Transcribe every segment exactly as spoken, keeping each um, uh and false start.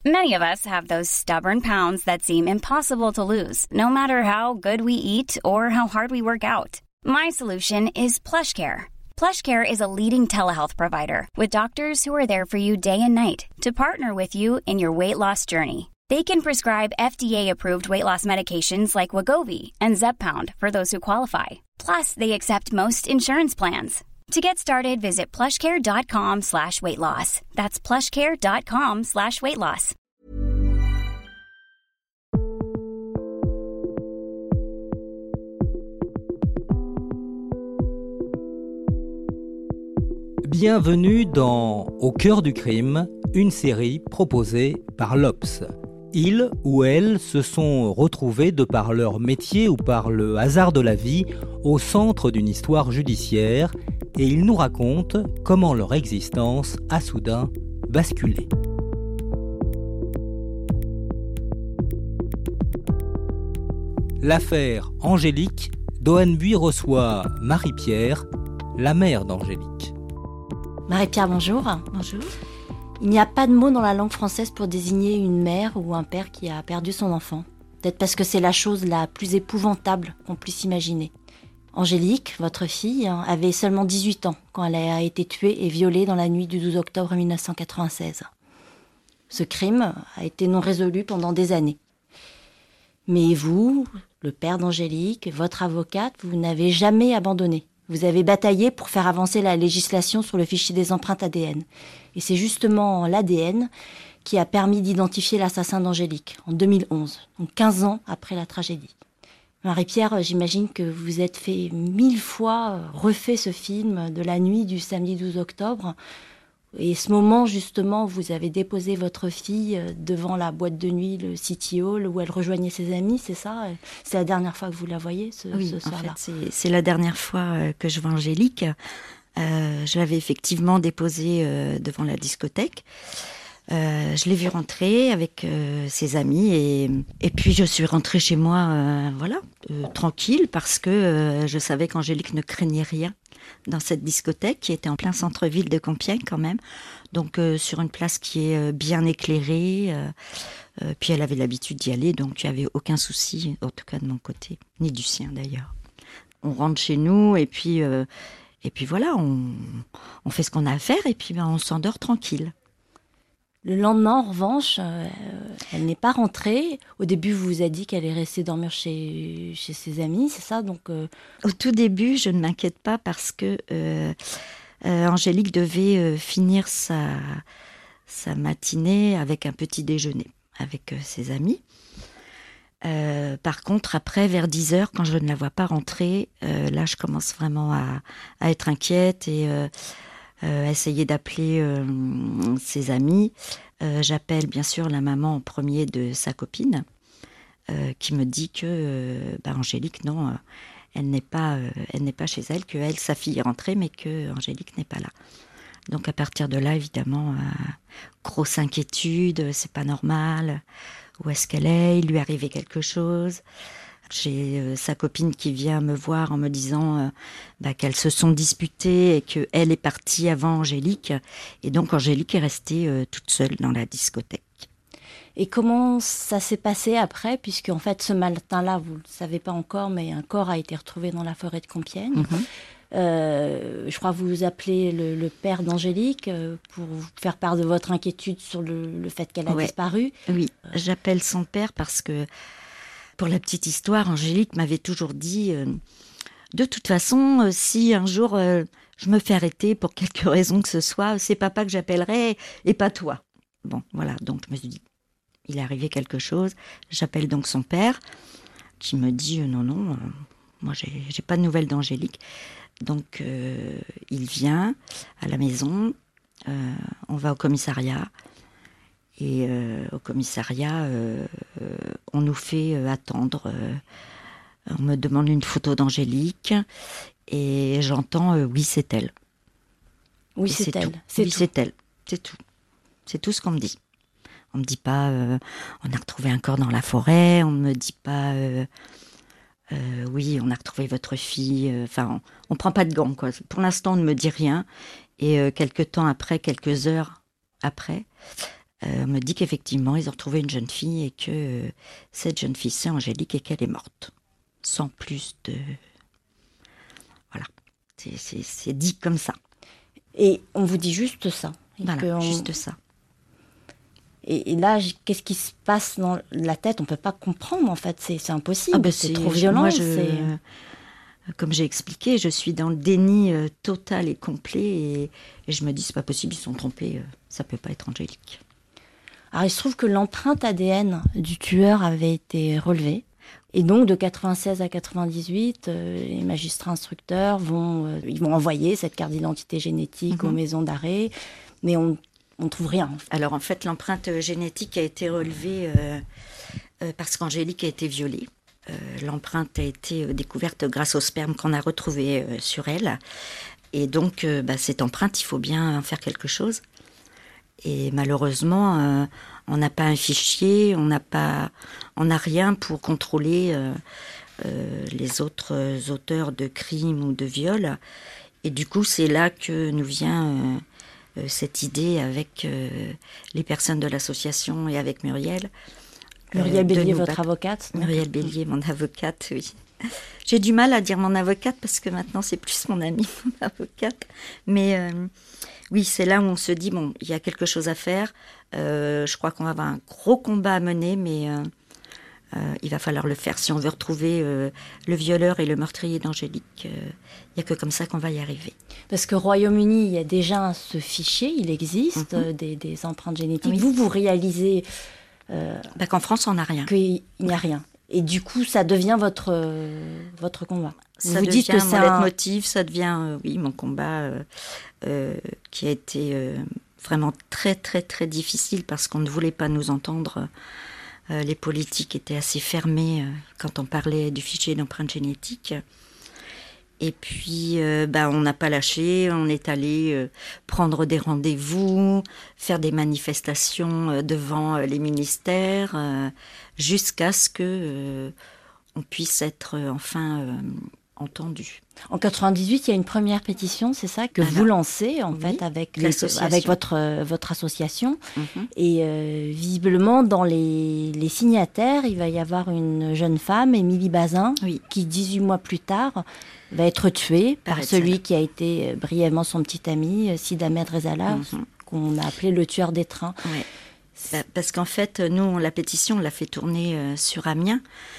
Many of us have those stubborn pounds that seem impossible to lose, no matter how good we eat or how hard we work out. My solution is PlushCare. PlushCare is a leading telehealth provider with doctors who are there for you day and night to partner with you in your weight loss journey. They can prescribe F D A-approved weight loss medications like Wegovy and Zepbound for those who qualify. Plus, they accept most insurance plans. To get started, visit plushcare.com slash weight loss. That's plushcare.com slash weight loss. Bienvenue dans Au cœur du crime, une série proposée par l'Obs. Ils ou elles se sont retrouvés de par leur métier ou par le hasard de la vie au centre d'une histoire judiciaire et ils nous racontent comment leur existence a soudain basculé. L'affaire Angélique, Dohanbuy reçoit Marie-Pierre, la mère d'Angélique. Marie-Pierre, bonjour. Bonjour. Il n'y a pas de mot dans la langue française pour désigner une mère ou un père qui a perdu son enfant. Peut-être parce que c'est la chose la plus épouvantable qu'on puisse imaginer. Angélique, votre fille, avait seulement dix-huit ans quand elle a été tuée et violée dans la nuit du douze octobre mille neuf cent quatre-vingt-seize. Ce crime a été non résolu pendant des années. Mais vous, le père d'Angélique, votre avocate, vous n'avez jamais abandonné. Vous avez bataillé pour faire avancer la législation sur le fichier des empreintes A D N. Et c'est justement l'A D N qui a permis d'identifier l'assassin d'Angélique en deux mille onze, donc quinze ans après la tragédie. Marie-Pierre, j'imagine que vous êtes fait mille fois refait ce film de la nuit du samedi douze octobre. Et ce moment, justement, vous avez déposé votre fille devant la boîte de nuit, le City Hall, où elle rejoignait ses amis, c'est ça ? C'est la dernière fois que vous la voyez, ce, oui, ce soir-là ? en fait, c'est, c'est la dernière fois que je vois Angélique. Euh, je l'avais effectivement déposée euh, devant la discothèque. Euh, je l'ai vue rentrer avec euh, ses amis et, et puis je suis rentrée chez moi, euh, voilà, euh, tranquille, parce que euh, je savais qu'Angélique ne craignait rien dans cette discothèque qui était en plein centre-ville de Compiègne quand même, donc euh, sur une place qui est euh, bien éclairée, euh, euh, puis elle avait l'habitude d'y aller, donc il n'y avait aucun souci, en tout cas de mon côté, ni du sien d'ailleurs. On rentre chez nous et puis, euh, et puis voilà, on, on fait ce qu'on a à faire et puis ben, on s'endort tranquille. Le lendemain, en revanche, euh, elle n'est pas rentrée. Au début, vous vous avez dit qu'elle est restée dormir chez, chez ses amis, c'est ça ? Donc, euh... Au tout début, je ne m'inquiète pas parce que euh, euh, Angélique devait euh, finir sa, sa matinée avec un petit déjeuner avec euh, ses amis. Euh, par contre, après, vers dix heures, quand je ne la vois pas rentrer, euh, là, je commence vraiment à, à être inquiète et... Euh, Euh, essayer d'appeler euh, ses amis. Euh, j'appelle bien sûr la maman en premier de sa copine euh, qui me dit que euh, bah, Angélique, non, euh, elle n'est pas, euh, elle n'est pas chez elle, que elle, sa fille est rentrée, mais que Angélique n'est pas là. Donc à partir de là, évidemment, euh, grosse inquiétude, c'est pas normal. Où est-ce qu'elle est ? Il lui est arrivé quelque chose. J'ai euh, sa copine qui vient me voir en me disant euh, bah, qu'elles se sont disputées et qu'elle est partie avant Angélique. Et donc Angélique est restée euh, toute seule dans la discothèque. Et comment ça s'est passé après ? Puisque en fait, ce matin-là, vous ne le savez pas encore, mais un corps a été retrouvé dans la forêt de Compiègne. Mm-hmm. Euh, je crois que vous appelez le, le père d'Angélique euh, pour vous faire part de votre inquiétude sur le, le fait qu'elle a ouais. disparu. Oui, j'appelle son père parce que pour la petite histoire, Angélique m'avait toujours dit euh, de toute façon, euh, si un jour euh, je me fais arrêter pour quelque raison que ce soit, c'est papa que j'appellerai et pas toi. Bon, voilà, donc je me suis dit, il est arrivé quelque chose. J'appelle donc son père qui me dit euh, non, non, euh, moi j'ai, j'ai pas de nouvelles d'Angélique. Donc euh, il vient à la maison, euh, on va au commissariat. Et euh, au commissariat, euh, euh, on nous fait euh, attendre. Euh, on me demande une photo d'Angélique et j'entends euh, « oui, c'est elle ». Oui, et c'est, c'est elle. Tout. C'est oui, tout. c'est elle. C'est tout. C'est tout ce qu'on me dit. On me dit pas euh, « on a retrouvé un corps dans la forêt », on me dit pas euh, euh, « oui, on a retrouvé votre fille ». Enfin, on, on prend pas de gants, quoi. Pour l'instant, on ne me dit rien. Et euh, quelques temps après, quelques heures après... euh, on me dit qu'effectivement, ils ont retrouvé une jeune fille et que euh, cette jeune fille, c'est Angélique et qu'elle est morte. Sans plus de... Voilà. C'est, c'est, c'est dit comme ça. Et on vous dit juste ça. Et Voilà, on... juste ça. Et, et là, qu'est-ce qui se passe dans la tête? On ne peut pas comprendre, en fait. C'est, c'est impossible. Ah ben c'est, c'est trop violent. Moi, je, c'est... comme j'ai expliqué, je suis dans le déni euh, total et complet. Et, et je me dis, c'est pas possible, ils sont trompés. Euh, ça peut pas être Angélique. Alors, il se trouve que l'empreinte A D N du tueur avait été relevée. Et donc, de quatre-vingt-seize à quatre-vingt-dix-huit, euh, les magistrats instructeurs vont, euh, ils vont envoyer cette carte d'identité génétique mm-hmm. aux maisons d'arrêt. Mais on ne trouve rien. En fait. Alors, en fait, l'empreinte génétique a été relevée euh, euh, parce qu'Angélique a été violée. Euh, l'empreinte a été découverte grâce au sperme qu'on a retrouvé euh, sur elle. Et donc, euh, bah, cette empreinte, il faut bien en faire quelque chose. Et malheureusement, euh, on n'a pas un fichier, on n'a pas, on n'a rien pour contrôler euh, euh, les autres auteurs de crimes ou de viols. Et du coup, c'est là que nous vient euh, euh, cette idée avec euh, les personnes de l'association et avec Muriel. Muriel euh, Bélier, votre avocate. Muriel Bélier, mon avocate, oui. J'ai du mal à dire mon avocate parce que maintenant c'est plus mon amie, mon avocate. Mais euh, oui, c'est là où on se dit, bon, il y a quelque chose à faire. Euh, je crois qu'on va avoir un gros combat à mener, mais euh, euh, il va falloir le faire. Si on veut retrouver euh, le violeur et le meurtrier d'Angélique, euh, il n'y a que comme ça qu'on va y arriver. Parce qu'au Royaume-Uni, il y a déjà ce fichier, il existe, mm-hmm. des, des empreintes génétiques. Oui. Vous, vous réalisez... Euh, bah, qu'en France, on n'a rien. Qu'il n'y a rien. Et du coup, ça devient votre, euh, votre combat. Ça vous devient dites que mon c'est leitmotiv, un... ça devient, euh, oui, mon combat euh, euh, qui a été euh, vraiment très, très, très difficile parce qu'on ne voulait pas nous entendre. Euh, les politiques étaient assez fermés euh, quand on parlait du fichier d'empreinte génétique. Et puis, euh, bah, on n'a pas lâché, on est allé euh, prendre des rendez-vous, faire des manifestations euh, devant euh, les ministères, euh, jusqu'à ce que euh, on puisse être euh, enfin euh, entendu. En quatre-vingt-dix-huit, il y a une première pétition, c'est ça, que Alors, vous lancez en oui, fait avec, les, avec votre, euh, votre association. Mm-hmm. Et euh, visiblement, dans les, les signataires, il va y avoir une jeune femme, Émilie Bazin, oui. qui dix-huit mois plus tard va être tuée par, par celui qui a été brièvement son petit ami, Sid Ahmed Rezala, mm-hmm. qu'on a appelé le tueur des trains. Oui. Bah, parce qu'en fait, nous, la pétition, on l'a fait tourner euh, sur Amiens.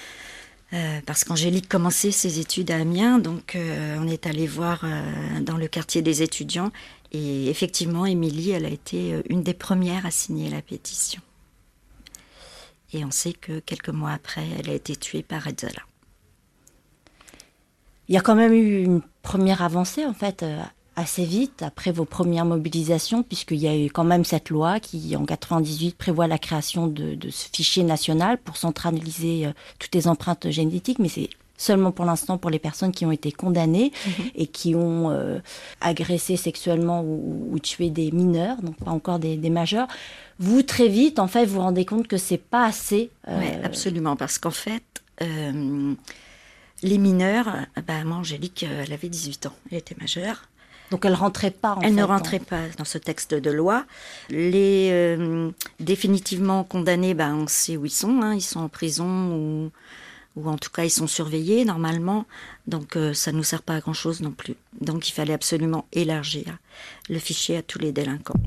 Euh, parce qu'Angélique commençait ses études à Amiens, donc euh, on est allé voir euh, dans le quartier des étudiants. Et effectivement, Émilie, elle a été une des premières à signer la pétition. Et on sait que quelques mois après, elle a été tuée par Rezala. Il y a quand même eu une première avancée, en fait, euh, assez vite, après vos premières mobilisations, puisqu'il y a eu quand même cette loi qui, en quatre-vingt-dix-huit, prévoit la création de, de ce fichier national pour centraliser euh, toutes les empreintes génétiques, mais c'est seulement pour l'instant pour les personnes qui ont été condamnées mmh. et qui ont euh, agressé sexuellement ou, ou tué des mineurs, donc pas encore des, des majeurs. Vous, très vite, en fait, vous vous rendez compte que c'est pas assez. Euh... Oui, absolument, parce qu'en fait... Euh... Les mineurs, bah, moi, Angélique, elle avait dix-huit ans, elle était majeure. Donc elle ne rentrait pas en Elle fait, ne rentrait dans... pas dans ce texte de loi. Les euh, définitivement condamnés, bah, on sait où ils sont, hein, ils sont en prison ou, ou en tout cas ils sont surveillés normalement. Donc euh, ça ne nous sert pas à grand-chose non plus. Donc il fallait absolument élargir le fichier à tous les délinquants.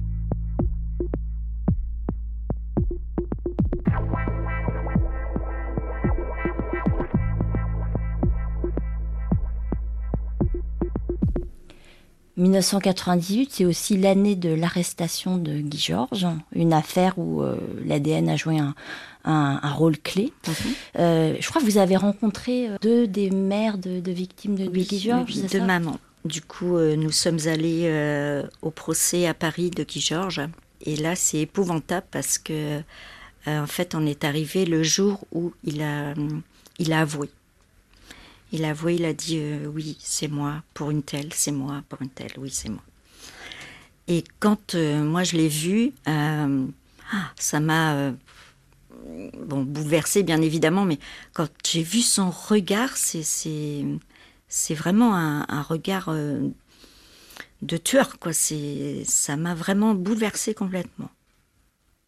dix-neuf cent quatre-vingt-dix-huit, c'est aussi l'année de l'arrestation de Guy Georges, une affaire où euh, l'A D N a joué un, un, un rôle clé. Mm-hmm. Euh, je crois que vous avez rencontré deux des mères de, de victimes de, oui, de Guy Georges, oui, c'est de ça ? maman. Du coup, euh, nous sommes allés euh, au procès à Paris de Guy Georges. Et là, c'est épouvantable parce que, euh, en fait, on est arrivé le jour où il a, il a avoué. Il a avoué, il a dit euh, oui, c'est moi pour une telle, c'est moi pour une telle, oui, c'est moi. Et quand euh, moi je l'ai vu, euh, ça m'a euh, bon, bouleversée bien évidemment, mais quand j'ai vu son regard, c'est, c'est, c'est vraiment un, un regard euh, de tueur, quoi. C'est, ça m'a vraiment bouleversée complètement.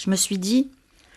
Je me suis dit,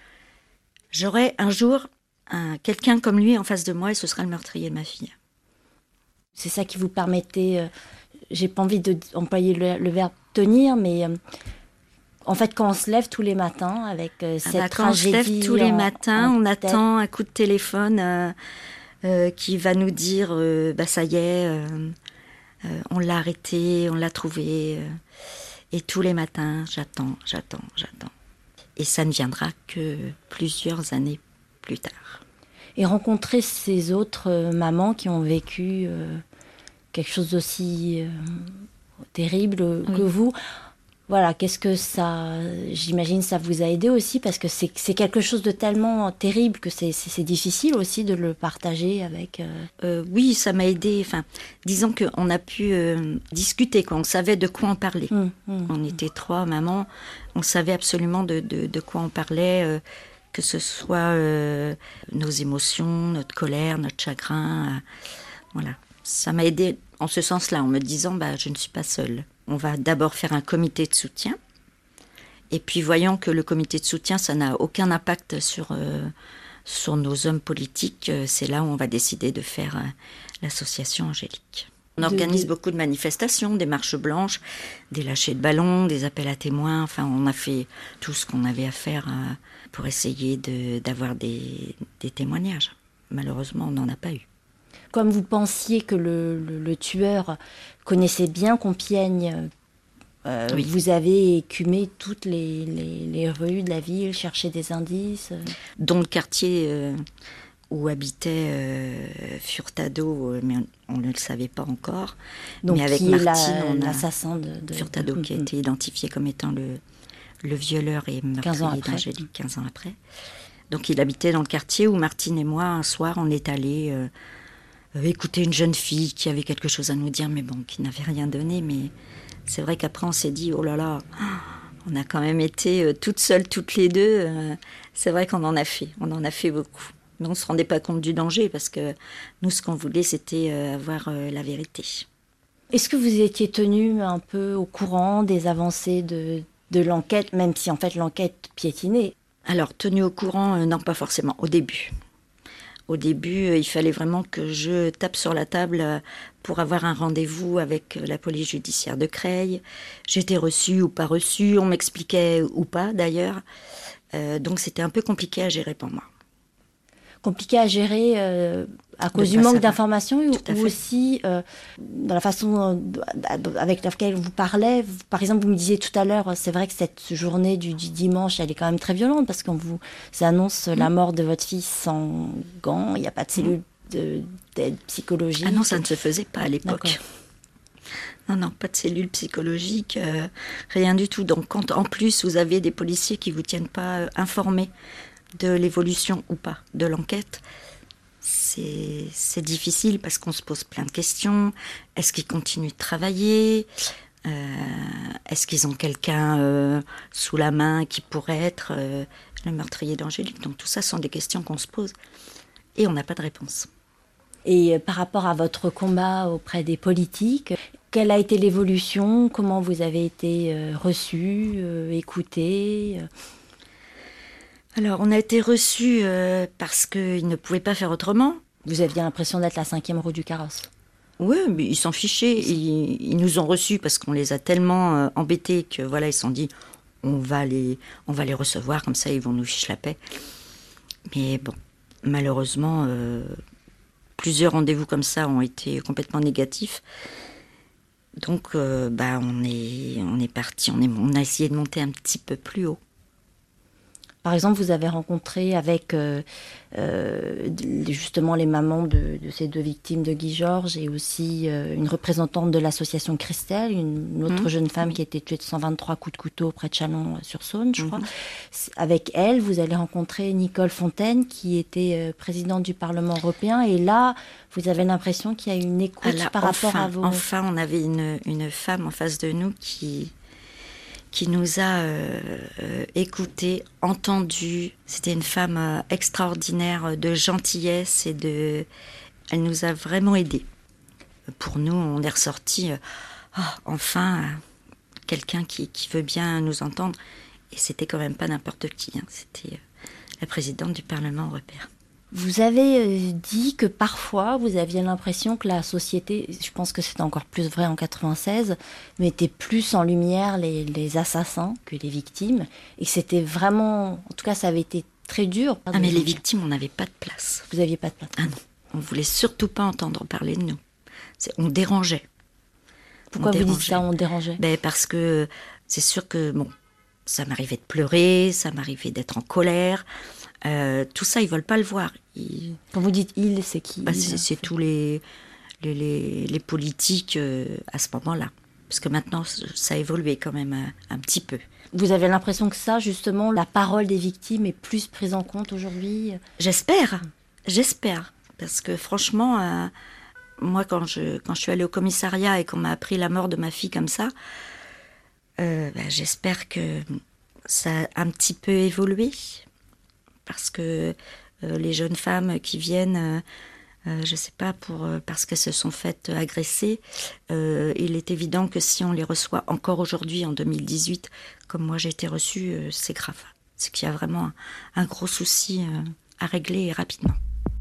j'aurai un jour un, quelqu'un comme lui en face de moi et ce sera le meurtrier de ma fille. C'est ça qui vous permettait, euh, j'ai pas envie d'employer le, le verbe tenir, mais euh, en fait quand on se lève tous les matins avec euh, cette ah bah, quand tragédie on se lève tous les en, matins, en on tête. attend un coup de téléphone euh, euh, qui va nous dire, euh, bah ça y est, euh, euh, on l'a arrêté, on l'a trouvé. Euh, et tous les matins, j'attends, j'attends, j'attends. Et ça ne viendra que plusieurs années plus tard. Et rencontrer ces autres euh, mamans qui ont vécu euh, quelque chose d'aussi euh, terrible oui. que vous, voilà, qu'est-ce que ça, j'imagine ça vous a aidé aussi parce que c'est, c'est quelque chose de tellement terrible que c'est, c'est, c'est difficile aussi de le partager avec... Euh... Euh, oui, ça m'a aidé, enfin, disons qu'on a pu euh, discuter, quoi. On savait de quoi en parler. Mmh, mmh, on mmh. était trois mamans, on savait absolument de, de, de quoi on parlait, euh, que ce soit euh, nos émotions, notre colère, notre chagrin, euh, voilà. Ça m'a aidé en ce sens-là, en me disant, bah, je ne suis pas seule. On va d'abord faire un comité de soutien. Et puis, voyant que le comité de soutien, ça n'a aucun impact sur, euh, sur nos hommes politiques, euh, c'est là où on va décider de faire euh, l'association Angélique. On organise de... beaucoup de manifestations, des marches blanches, des lâchers de ballons, des appels à témoins. Enfin, on a fait tout ce qu'on avait à faire euh, pour essayer de, d'avoir des, des témoignages. Malheureusement, on n'en a pas eu. Comme vous pensiez que le, le, le tueur connaissait bien Compiègne, euh, oui. vous avez écumé toutes les, les, les rues de la ville, cherché des indices. Dont le quartier euh, où habitait euh, Furtado, mais on, on ne le savait pas encore. Donc mais avec qui Martine, est la, on a l'assassin de, de Furtado de... qui a été identifié comme étant le, le violeur et meurtrier d'Angélique quinze ans après. Donc il habitait dans le quartier où Martine et moi, un soir, on est allés... Euh, Euh, écouter une jeune fille qui avait quelque chose à nous dire, mais bon, qui n'avait rien donné. Mais c'est vrai qu'après, on s'est dit, oh là là, on a quand même été euh, toutes seules, toutes les deux. Euh, c'est vrai qu'on en a fait, on en a fait beaucoup. Mais on ne se rendait pas compte du danger, parce que nous, ce qu'on voulait, c'était euh, avoir euh, la vérité. Est-ce que vous étiez tenu un peu au courant des avancées de, de l'enquête, même si en fait l'enquête piétinait ? Alors, tenu au courant, euh, non, pas forcément, au début. Au début, il fallait vraiment que je tape sur la table pour avoir un rendez-vous avec la police judiciaire de Creil. J'étais reçue ou pas reçue, on m'expliquait ou pas d'ailleurs. Euh, donc c'était un peu compliqué à gérer pour moi. Compliqué à gérer euh, à cause de du manque savoir. d'informations ou, ou aussi euh, dans la façon euh, avec laquelle vous parlez. Vous, par exemple, vous me disiez tout à l'heure, c'est vrai que cette journée du, du dimanche, elle est quand même très violente parce qu'on vous annonce mmh. la mort de votre fille sans gants, il n'y a pas de cellule de, d'aide psychologique. Ah non, ça ne se faisait pas à l'époque. D'accord. Non, non, pas de cellule psychologique, euh, rien du tout. Donc quand en plus vous avez des policiers qui ne vous tiennent pas euh, informés de l'évolution ou pas de l'enquête, c'est, c'est difficile parce qu'on se pose plein de questions. Est-ce qu'ils continuent de travailler ? euh, Est-ce qu'ils ont quelqu'un euh, sous la main qui pourrait être euh, le meurtrier d'Angélique ? Donc tout ça sont des questions qu'on se pose et on n'a pas de réponse. Et euh, par rapport à votre combat auprès des politiques, quelle a été l'évolution ? Comment vous avez été euh, reçu, euh, écouté euh... Alors, on a été reçus euh, parce qu'ils ne pouvaient pas faire autrement. Vous aviez l'impression d'être la cinquième roue du carrosse ? Oui, mais ils s'en fichaient. Ils, ils nous ont reçus parce qu'on les a tellement euh, embêtés que voilà, ils se sont dit, on va les, on va les recevoir, comme ça ils vont nous ficher la paix. Mais bon, malheureusement, euh, plusieurs rendez-vous comme ça ont été complètement négatifs. Donc, euh, bah, on est, on est parti, on, est, on a essayé de monter un petit peu plus haut. Par exemple, vous avez rencontré avec euh, euh, justement les mamans de, de ces deux victimes de Guy Georges et aussi euh, une représentante de l'association Christelle, une, une autre mmh. jeune femme qui a été tuée de cent vingt-trois coups de couteau près de Chalon-sur-Saône, je mmh. crois. Avec elle, vous allez rencontrer Nicole Fontaine, qui était euh, présidente du Parlement européen. Et là, vous avez l'impression qu'il y a une écoute là, par enfin, rapport à vos... Enfin, on avait une, une femme en face de nous qui... qui nous a euh, euh, écoutés, entendus. C'était une femme euh, extraordinaire de gentillesse et de... Elle nous a vraiment aidés. Pour nous, on est ressortis, euh, oh, enfin, euh, quelqu'un qui, qui veut bien nous entendre. Et c'était quand même pas n'importe qui, hein. C'était euh, la présidente du Parlement européen. Vous avez dit que parfois vous aviez l'impression que la société, je pense que c'était encore plus vrai en quatre-vingt-seize, mettait plus en lumière les, les assassins que les victimes, et que c'était vraiment, en tout cas ça avait été très dur. Ah mais les victimes, on n'avait pas de place. Vous n'aviez pas de place. Ah non, on voulait surtout pas entendre parler de nous. C'est, on dérangeait. Pourquoi on vous dérangeait. dites ça, on dérangeait? Ben parce que c'est sûr que bon, ça m'arrivait de pleurer, ça m'arrivait d'être en colère. Euh, tout ça, ils veulent pas le voir. Ils... Quand vous dites ils, c'est qui? bah, c'est, c'est tous les les, les, les politiques euh, à ce moment-là, parce que maintenant ça a évolué quand même un, un petit peu. Vous avez l'impression que ça, justement, la parole des victimes est plus prise en compte aujourd'hui? J'espère, j'espère, parce que franchement, euh, moi quand je quand je suis allée au commissariat et qu'on m'a appris la mort de ma fille comme ça, euh, bah, j'espère que ça a un petit peu évolué. Parce que euh, les jeunes femmes qui viennent, euh, euh, je ne sais pas, pour, euh, parce qu'elles se sont faites agresser, euh, il est évident que si on les reçoit encore aujourd'hui, en deux mille dix-huit, comme moi j'ai été reçue, euh, c'est grave. C'est qu'il y a vraiment un, un gros souci euh, à régler et rapidement.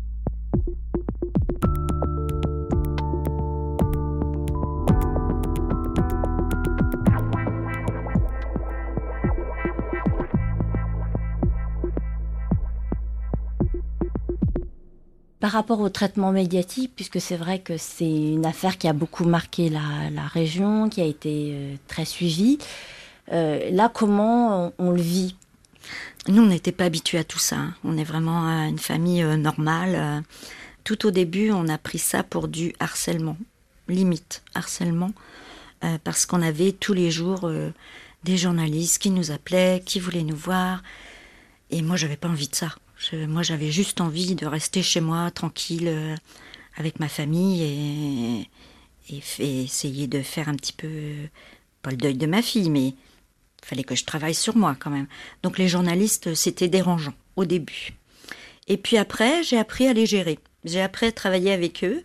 Par rapport au traitement médiatique, puisque c'est vrai que c'est une affaire qui a beaucoup marqué la, la région, qui a été euh, très suivie, euh, là, comment on, on le vit? Nous, on n'était pas habitués à tout ça. Hein. On est vraiment une famille euh, normale. Euh, tout au début, on a pris ça pour du harcèlement, limite harcèlement, euh, parce qu'on avait tous les jours euh, des journalistes qui nous appelaient, qui voulaient nous voir. Et moi, j'avais pas envie de ça. Je, moi, j'avais juste envie de rester chez moi, tranquille, euh, avec ma famille et, et, et essayer de faire un petit peu, euh, pas le deuil de ma fille, mais il fallait que je travaille sur moi quand même. Donc les journalistes, c'était dérangeant au début. Et puis après, j'ai appris à les gérer. J'ai appris à travailler avec eux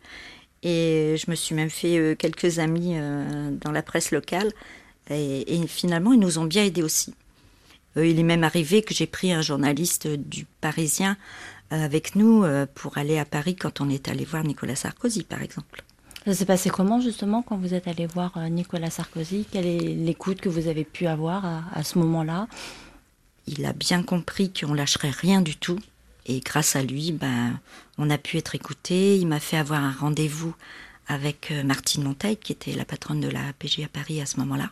et je me suis même fait euh, quelques amis euh, dans la presse locale. Et, et finalement, ils nous ont bien aidés aussi. Euh, il est même arrivé que j'ai pris un journaliste du Parisien euh, avec nous euh, pour aller à Paris quand on est allé voir Nicolas Sarkozy, par exemple. Ça s'est passé comment, justement, quand vous êtes allé voir euh, Nicolas Sarkozy? Quelle est l'écoute que vous avez pu avoir à, à ce moment-là? Il a bien compris qu'on lâcherait rien du tout. Et grâce à lui, ben, on a pu être écoutés. Il m'a fait avoir un rendez-vous avec euh, Martine Monteil, qui était la patronne de la P J à Paris à ce moment-là.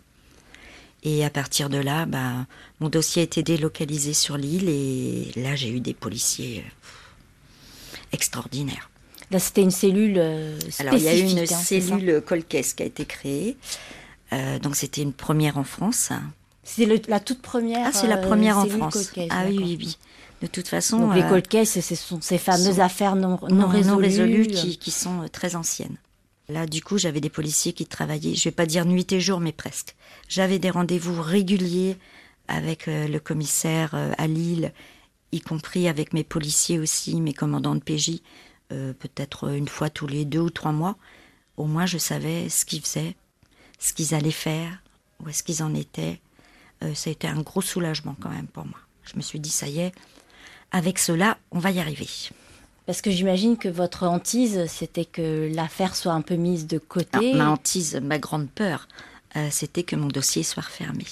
Et à partir de là, bah, mon dossier a été délocalisé sur l'île et là, j'ai eu des policiers euh, extraordinaires. Là, c'était une cellule euh, spécifique. Alors, il y a eu une hein, cellule Colcaise qui a été créée. Euh, donc, c'était une première en France. C'est le, la toute première Ah, c'est la première euh, en cellule France. Colcaise, Ah oui, d'accord. oui, oui. De toute façon... Donc, les euh, cold cases, ce sont ces fameuses sont, affaires non, non, non résolues. Non résolues qui, qui sont très anciennes. Là, du coup, j'avais des policiers qui travaillaient, je vais pas dire nuit et jour, mais presque. J'avais des rendez-vous réguliers avec euh, le commissaire euh, à Lille, y compris avec mes policiers aussi, mes commandants de P J, euh, peut-être une fois tous les deux ou trois mois. Au moins, je savais ce qu'ils faisaient, ce qu'ils allaient faire, où est-ce qu'ils en étaient. Euh, ça a été un gros soulagement quand même pour moi. Je me suis dit, ça y est, avec cela, on va y arriver. Parce que j'imagine que votre hantise, c'était que l'affaire soit un peu mise de côté. Non, ma hantise, ma grande peur, euh, c'était que mon dossier soit refermé.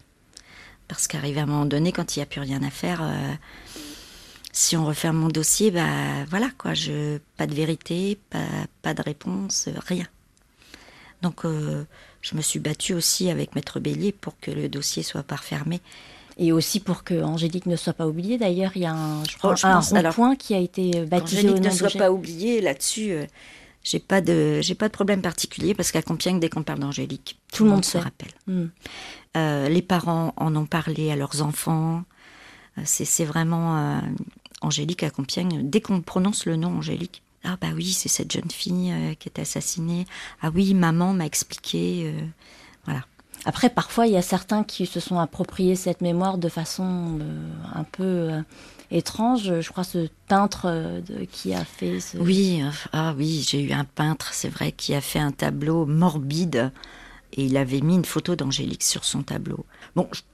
Parce qu'arrivé à un moment donné, quand il n'y a plus rien à faire, euh, si on referme mon dossier, bah voilà quoi, je, pas de vérité, pas, pas de réponse, rien. Donc euh, je me suis battue aussi avec Maître Bélier pour que le dossier soit pas refermé. Et aussi pour que Angélique ne soit pas oubliée. D'ailleurs, il y a un, je crois, oh, je un pense, rond-point alors, qui a été baptisé au nom ne soit de pas oubliée là-dessus. Euh, j'ai pas de, j'ai pas de problème particulier parce qu'à Compiègne, dès qu'on parle d'Angélique, tout, tout le monde, monde se rappelle. Mm. Euh, les parents en ont parlé à leurs enfants. Euh, c'est, c'est vraiment euh, Angélique à Compiègne. Dès qu'on prononce le nom Angélique, ah bah oui, c'est cette jeune fille euh, qui est assassinée. Ah oui, maman m'a expliqué. Euh, voilà. Après, parfois, il y a certains qui se sont appropriés cette mémoire de façon euh, un peu euh, étrange. Je crois ce peintre euh, de, qui a fait... Ce... Oui, euh, ah oui, j'ai eu un peintre, c'est vrai, qui a fait un tableau morbide et il avait mis une photo d'Angélique sur son tableau. Bon, je,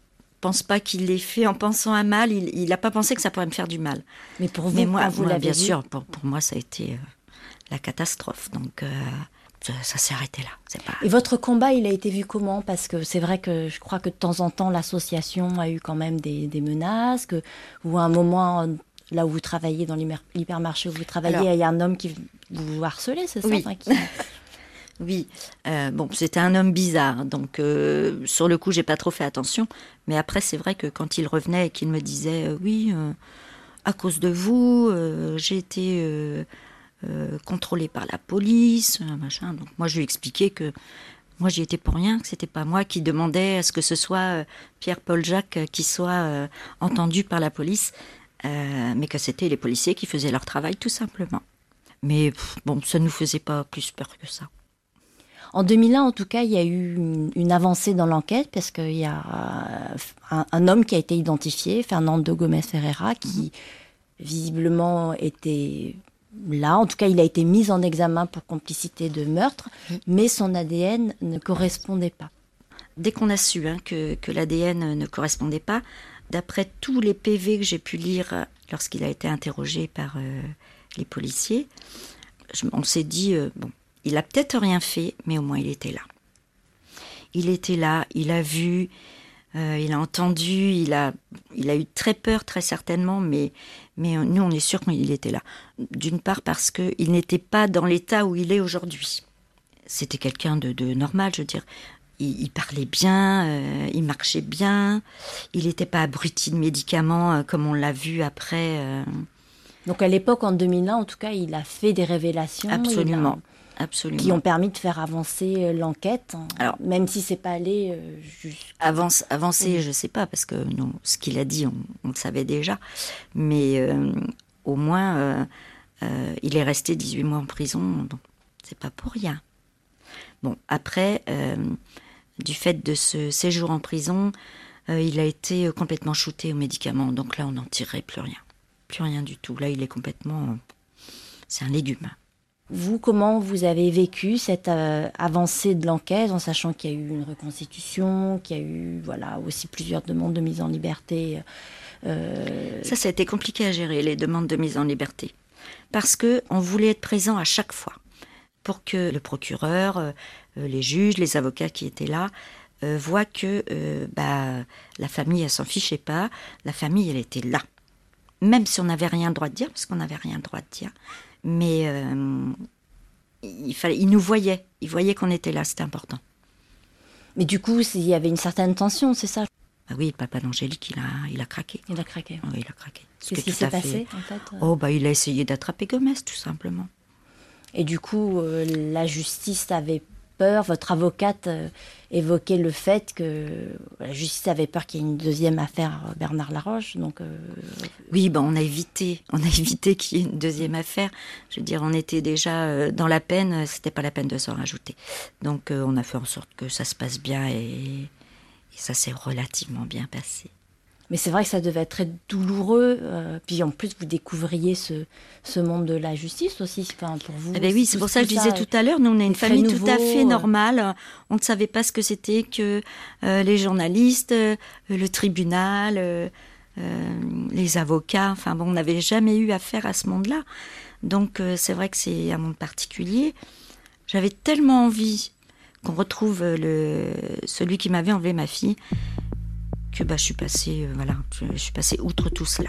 pense pas qu'il l'ait fait en pensant à mal. Il n'a pas pensé que ça pourrait me faire du mal. Mais pour vous, Mais moi, quand vous moi, l'avez bien vu... sûr, pour, pour moi, ça a été euh, la catastrophe. Donc, euh, ça, ça s'est arrêté là. C'est pas... Et votre combat, il a été vu comment? Parce que c'est vrai que je crois que de temps en temps, l'association a eu quand même des, des menaces, que, ou à un moment, là où vous travaillez, dans l'hypermarché où vous travaillez, Alors, il y a un homme qui vous harcelait, c'est ça? Oui. Enfin, qui... Oui, euh, bon, c'était un homme bizarre, donc euh, sur le coup, j'ai pas trop fait attention. Mais après, c'est vrai que quand il revenait et qu'il me disait euh, oui, euh, à cause de vous, euh, j'ai été euh, euh, contrôlé par la police, machin. Donc moi, je lui ai expliqué que moi, j'y étais pour rien, que c'était pas moi qui demandais à ce que ce soit euh, Pierre-Paul Jacques euh, qui soit euh, entendu par la police, euh, mais que c'était les policiers qui faisaient leur travail, tout simplement. Mais pff, bon, ça ne nous faisait pas plus peur que ça. En deux mille un, en tout cas, il y a eu une, une avancée dans l'enquête parce qu'il y a un, un homme qui a été identifié, Fernando Gomes Ferreira, qui visiblement était là. En tout cas, il a été mis en examen pour complicité de meurtre, mais son A D N ne correspondait pas. Dès qu'on a su hein, que, que l'A D N ne correspondait pas, d'après tous les P V que j'ai pu lire lorsqu'il a été interrogé par euh, les policiers, je, on s'est dit, euh, bon, il a peut-être rien fait, mais au moins il était là. Il était là, il a vu, euh, il a entendu, il a, il a eu très peur très certainement, mais, mais nous on est sûr qu'il était là. D'une part parce qu'il n'était pas dans l'état où il est aujourd'hui. C'était quelqu'un de, de normal, je veux dire. Il, il parlait bien, euh, il marchait bien, il n'était pas abruti de médicaments euh, comme on l'a vu après. Euh... Donc à l'époque, en deux mille un, en tout cas, il a fait des révélations. Absolument. Il a... Absolument. Qui ont permis de faire avancer l'enquête, Alors, même si c'est pas allé euh, jusqu'à... Avance, avancer, oui. Je sais pas, parce que non, ce qu'il a dit, on, on le savait déjà, mais euh, au moins, euh, euh, il est resté dix-huit mois en prison, bon, c'est pas pour rien. Bon, après, euh, du fait de ce séjour en prison, euh, il a été complètement shooté aux médicaments, donc là, on n'en tirerait plus rien, plus rien du tout. Là, il est complètement... c'est un légume. Vous, comment vous avez vécu cette euh, avancée de l'enquête, en sachant qu'il y a eu une reconstitution, qu'il y a eu voilà, aussi plusieurs demandes de mise en liberté euh... Ça, ça a été compliqué à gérer, les demandes de mise en liberté. Parce qu'on voulait être présent à chaque fois, pour que le procureur, euh, les juges, les avocats qui étaient là, euh, voient que euh, bah, la famille, elle s'en fichait pas, la famille, elle était là. Même si on n'avait rien le droit de dire, parce qu'on n'avait rien le droit de dire. Mais euh, il, fallait, il nous voyait, il voyait qu'on était là, c'était important. Mais du coup, il y avait une certaine tension, c'est ça? Ah oui, le papa d'Angélique, il a, il a craqué. Il a craqué. Oui, il a craqué. Qu'est-ce qui s'est passé, en fait euh... Oh, bah, il a essayé d'attraper Gomes, tout simplement. Et du coup, euh, la justice avait peur, votre avocate euh, évoquait le fait que la justice avait peur qu'il y ait une deuxième affaire Bernard Laroche. Donc, euh... oui, ben on a évité, on a évité qu'il y ait une deuxième affaire. Je veux dire, on était déjà euh, dans la peine, c'était pas la peine de s'en rajouter. Donc, euh, on a fait en sorte que ça se passe bien et, et ça s'est relativement bien passé. Mais c'est vrai que ça devait être très douloureux. Euh, puis en plus, vous découvriez ce, ce monde de la justice aussi. Enfin, pour vous. Eh ben oui, c'est pour ça que je disais tout à l'heure, nous on est une famille tout à fait normale. On ne savait pas ce que c'était que euh, les journalistes, euh, le tribunal, euh, euh, les avocats. Enfin bon, on n'avait jamais eu affaire à ce monde-là. Donc euh, c'est vrai que c'est un monde particulier. J'avais tellement envie qu'on retrouve le, celui qui m'avait enlevé ma fille, que bah, je suis passée, euh, voilà, je, je suis passée outre tout cela.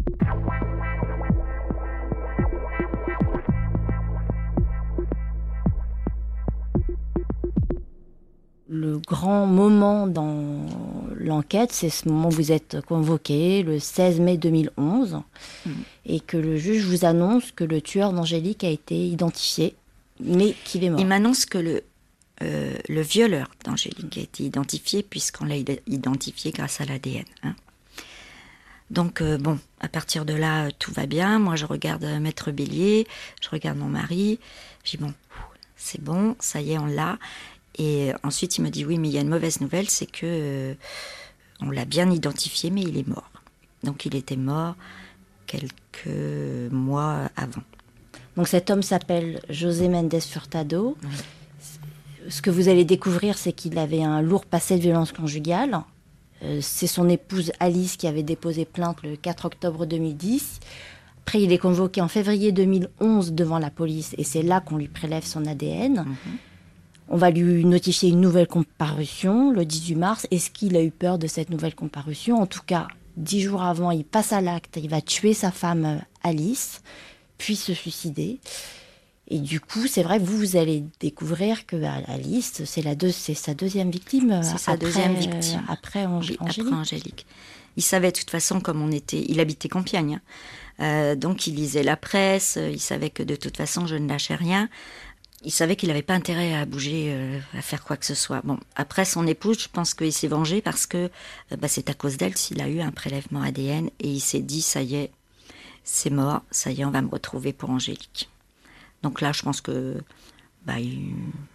Le grand moment dans l'enquête, c'est ce moment où vous êtes convoqué, le seize mai deux mille onze, mmh. et que le juge vous annonce que le tueur d'Angélique a été identifié, mais qu'il est mort. Il m'annonce que le Euh, le violeur d'Angélique a été identifié puisqu'on l'a identifié grâce à l'A D N. Hein. Donc euh, bon, à partir de là, tout va bien. Moi, je regarde euh, Maître Bélier, je regarde mon mari. Je dis bon, c'est bon, ça y est, on l'a. Et euh, ensuite, il me dit oui, mais il y a une mauvaise nouvelle, c'est que euh, on l'a bien identifié, mais il est mort. Donc il était mort quelques mois avant. Donc cet homme s'appelle José Mendes Furtado. Oui. Ce que vous allez découvrir, c'est qu'il avait un lourd passé de violence conjugale. Euh, c'est son épouse Alice qui avait déposé plainte le quatre octobre deux mille dix. Après, il est convoqué en février deux mille onze devant la police et c'est là qu'on lui prélève son A D N. Mmh. On va lui notifier une nouvelle comparution le dix-huit mars. Est-ce qu'il a eu peur de cette nouvelle comparution ? En tout cas, dix jours avant, il passe à l'acte. Il va tuer sa femme Alice, puis se suicider. Et du coup, c'est vrai, vous, vous allez découvrir que Alice, c'est, la deux, c'est sa deuxième victime. C'est sa après, deuxième victime. Euh, après, Ang- oui, Angélique. après Angélique. Il savait de toute façon, comme on était... Il habitait Compiègne. Euh, donc, il lisait la presse. Il savait que de toute façon, je ne lâchais rien. Il savait qu'il n'avait pas intérêt à bouger, euh, à faire quoi que ce soit. Bon, après, son épouse, je pense qu'il s'est vengé parce que euh, bah, c'est à cause d'elle s'il a eu un prélèvement A D N. Et il s'est dit, ça y est, c'est mort. Ça y est, on va me retrouver pour Angélique. Donc là, je pense que bah, il,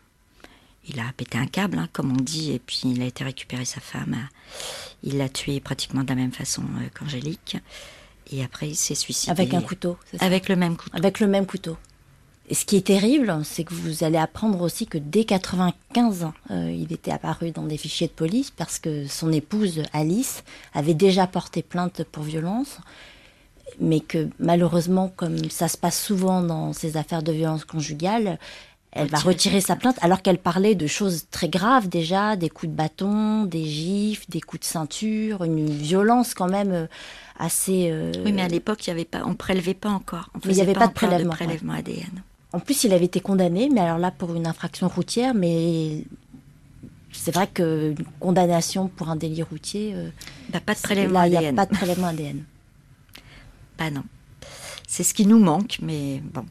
il a pété un câble, hein, comme on dit, et puis il a été récupérer sa femme. Il l'a tuée pratiquement de la même façon euh, qu'Angélique. Et après, il s'est suicidé. Avec un couteau, c'est ça ? Avec le même couteau. Avec le même couteau. Et ce qui est terrible, c'est que vous allez apprendre aussi que dès quatre-vingt-quinze, euh, il était apparu dans des fichiers de police parce que son épouse, Alice, avait déjà porté plainte pour violence. Mais que malheureusement, comme ça se passe souvent dans ces affaires de violence conjugale, elle va retirer sa plainte alors qu'elle parlait de choses très graves déjà, des coups de bâton, des gifles, des coups de ceinture, une violence quand même assez... Euh... Oui, mais à l'époque, il y avait pas, on ne prélevait pas encore. On mais il n'y avait pas, pas de prélèvement, de prélèvement ouais. A D N. En plus, il avait été condamné, mais alors là, pour une infraction routière, mais... C'est vrai qu'une condamnation pour un délit routier... Euh... Bah, pas de prélèvement là, A D N. Il n'y a pas de prélèvement A D N. Bah non. C'est ce qui nous manque, mais bon.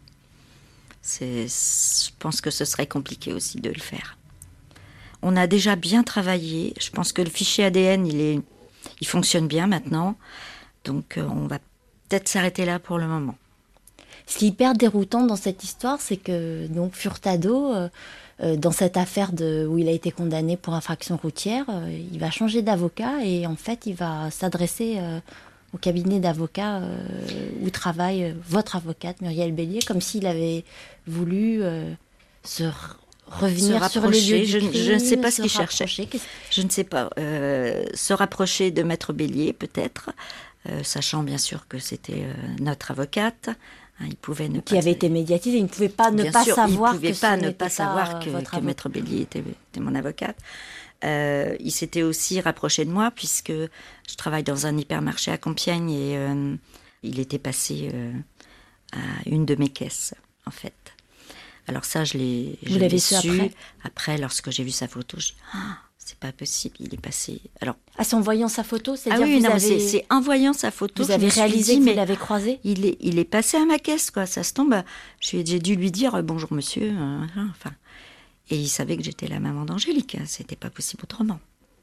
C'est, je pense que ce serait compliqué aussi de le faire. On a déjà bien travaillé. Je pense que le fichier A D N, il, est, il fonctionne bien maintenant. Donc, euh, on va peut-être s'arrêter là pour le moment. Ce qui est hyper déroutant dans cette histoire, c'est que donc, Furtado, euh, euh, dans cette affaire de, où il a été condamné pour infraction routière, euh, il va changer d'avocat et en fait, il va s'adresser... Euh, au cabinet d'avocats euh, où travaille euh, votre avocate, Muriel Bélier, comme s'il avait voulu euh, se r- revenir se sur les lieux du je, crime, je ne sais pas ce qu'il rapprocher. cherchait. Je ne sais pas. Euh, se rapprocher de Maître Bélier, peut-être, euh, sachant bien sûr que c'était euh, notre avocate. Hein, il pouvait ne qui pas avait été médiatisé, il ne pouvait pas ne bien pas sûr, savoir il pouvait que pas ce ne n'était pas savoir que, votre que Maître Bélier était, était mon avocate. Euh, il s'était aussi rapproché de moi puisque je travaille dans un hypermarché à Compiègne et euh, il était passé euh, à une de mes caisses, en fait. Alors ça, je l'ai, je Vous l'avez l'ai su su. après, après, lorsque j'ai vu sa photo, je dis ah, c'est pas possible, il est passé. Alors, ah, c'est en voyant sa photo, c'est-à-dire ah oui, vous non, avez, c'est, c'est en voyant sa photo, vous je avez me suis réalisé dit, que mais vous l'avez croisé. il est, il est passé à ma caisse, quoi. Ça se tombe. Je lui ai, j'ai dû lui dire bonjour, monsieur. Euh, enfin, et il savait que j'étais la maman d'Angélique. Hein, c'était pas possible autrement.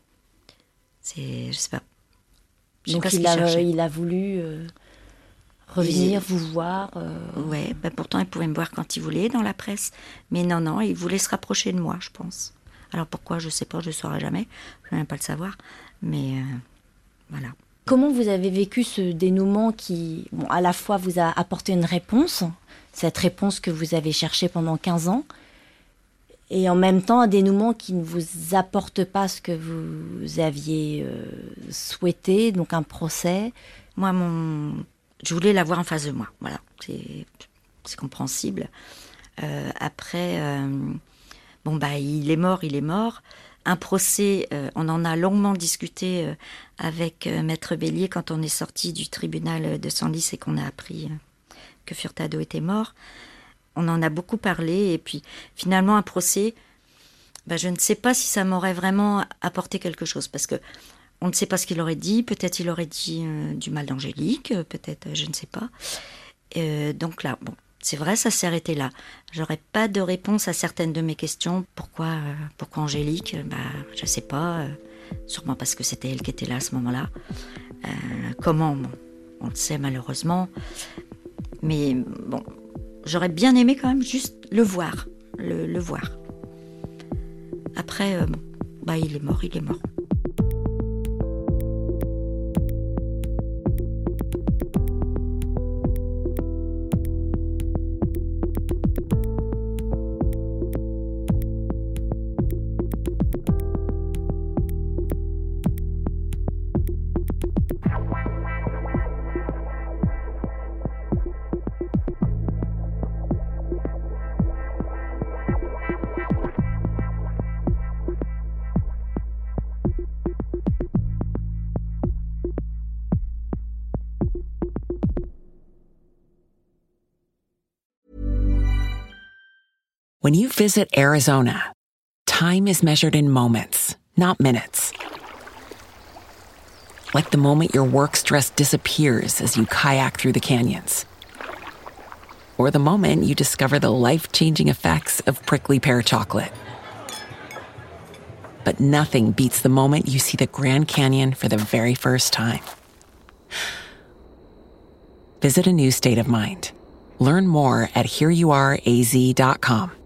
C'est, je sais pas. Je sais Donc pas ce il, qu'il a, cherchait. il a voulu euh, revenir Il- vous voir. euh, Ouais, ben pourtant il pouvait me voir quand il voulait dans la presse, mais non, non, il voulait se rapprocher de moi, je pense. Alors pourquoi, je sais pas, je ne saurai jamais, je ne vais même pas le savoir, mais euh, voilà. Comment vous avez vécu ce dénouement qui, bon, à la fois vous a apporté une réponse, cette réponse que vous avez cherchée pendant quinze ans, et en même temps un dénouement qui ne vous apporte pas ce que vous aviez euh, souhaité, donc un procès. Moi, mon... je voulais l'avoir en face de moi, voilà, c'est, c'est compréhensible. Euh, après, euh, bon, bah, il est mort, il est mort. Un procès, euh, on en a longuement discuté euh, avec euh, Maître Bélier quand on est sorti du tribunal de Senlis et qu'on a appris euh, que Furtado était mort. On en a beaucoup parlé et puis finalement un procès, bah, je ne sais pas si ça m'aurait vraiment apporté quelque chose parce que on ne sait pas ce qu'il aurait dit. Peut-être il aurait dit euh, du mal d'Angélique, euh, peut-être, euh, je ne sais pas. Euh, donc là, bon, c'est vrai, ça s'est arrêté là. J'aurais pas de réponse à certaines de mes questions. Pourquoi, euh, pourquoi Angélique ? Bah, je sais pas. Euh, sûrement parce que c'était elle qui était là à ce moment-là. Euh, comment ? Bon, on le sait malheureusement. Mais bon, j'aurais bien aimé quand même juste le voir, le, le voir. Après, euh, bon, bah il est mort, il est mort. When you visit Arizona, time is measured in moments, not minutes. Like the moment your work stress disappears as you kayak through the canyons. Or the moment you discover the life-changing effects of prickly pear chocolate. But nothing beats the moment you see the Grand Canyon for the very first time. Visit a new state of mind. Learn more at here you are a z dot com.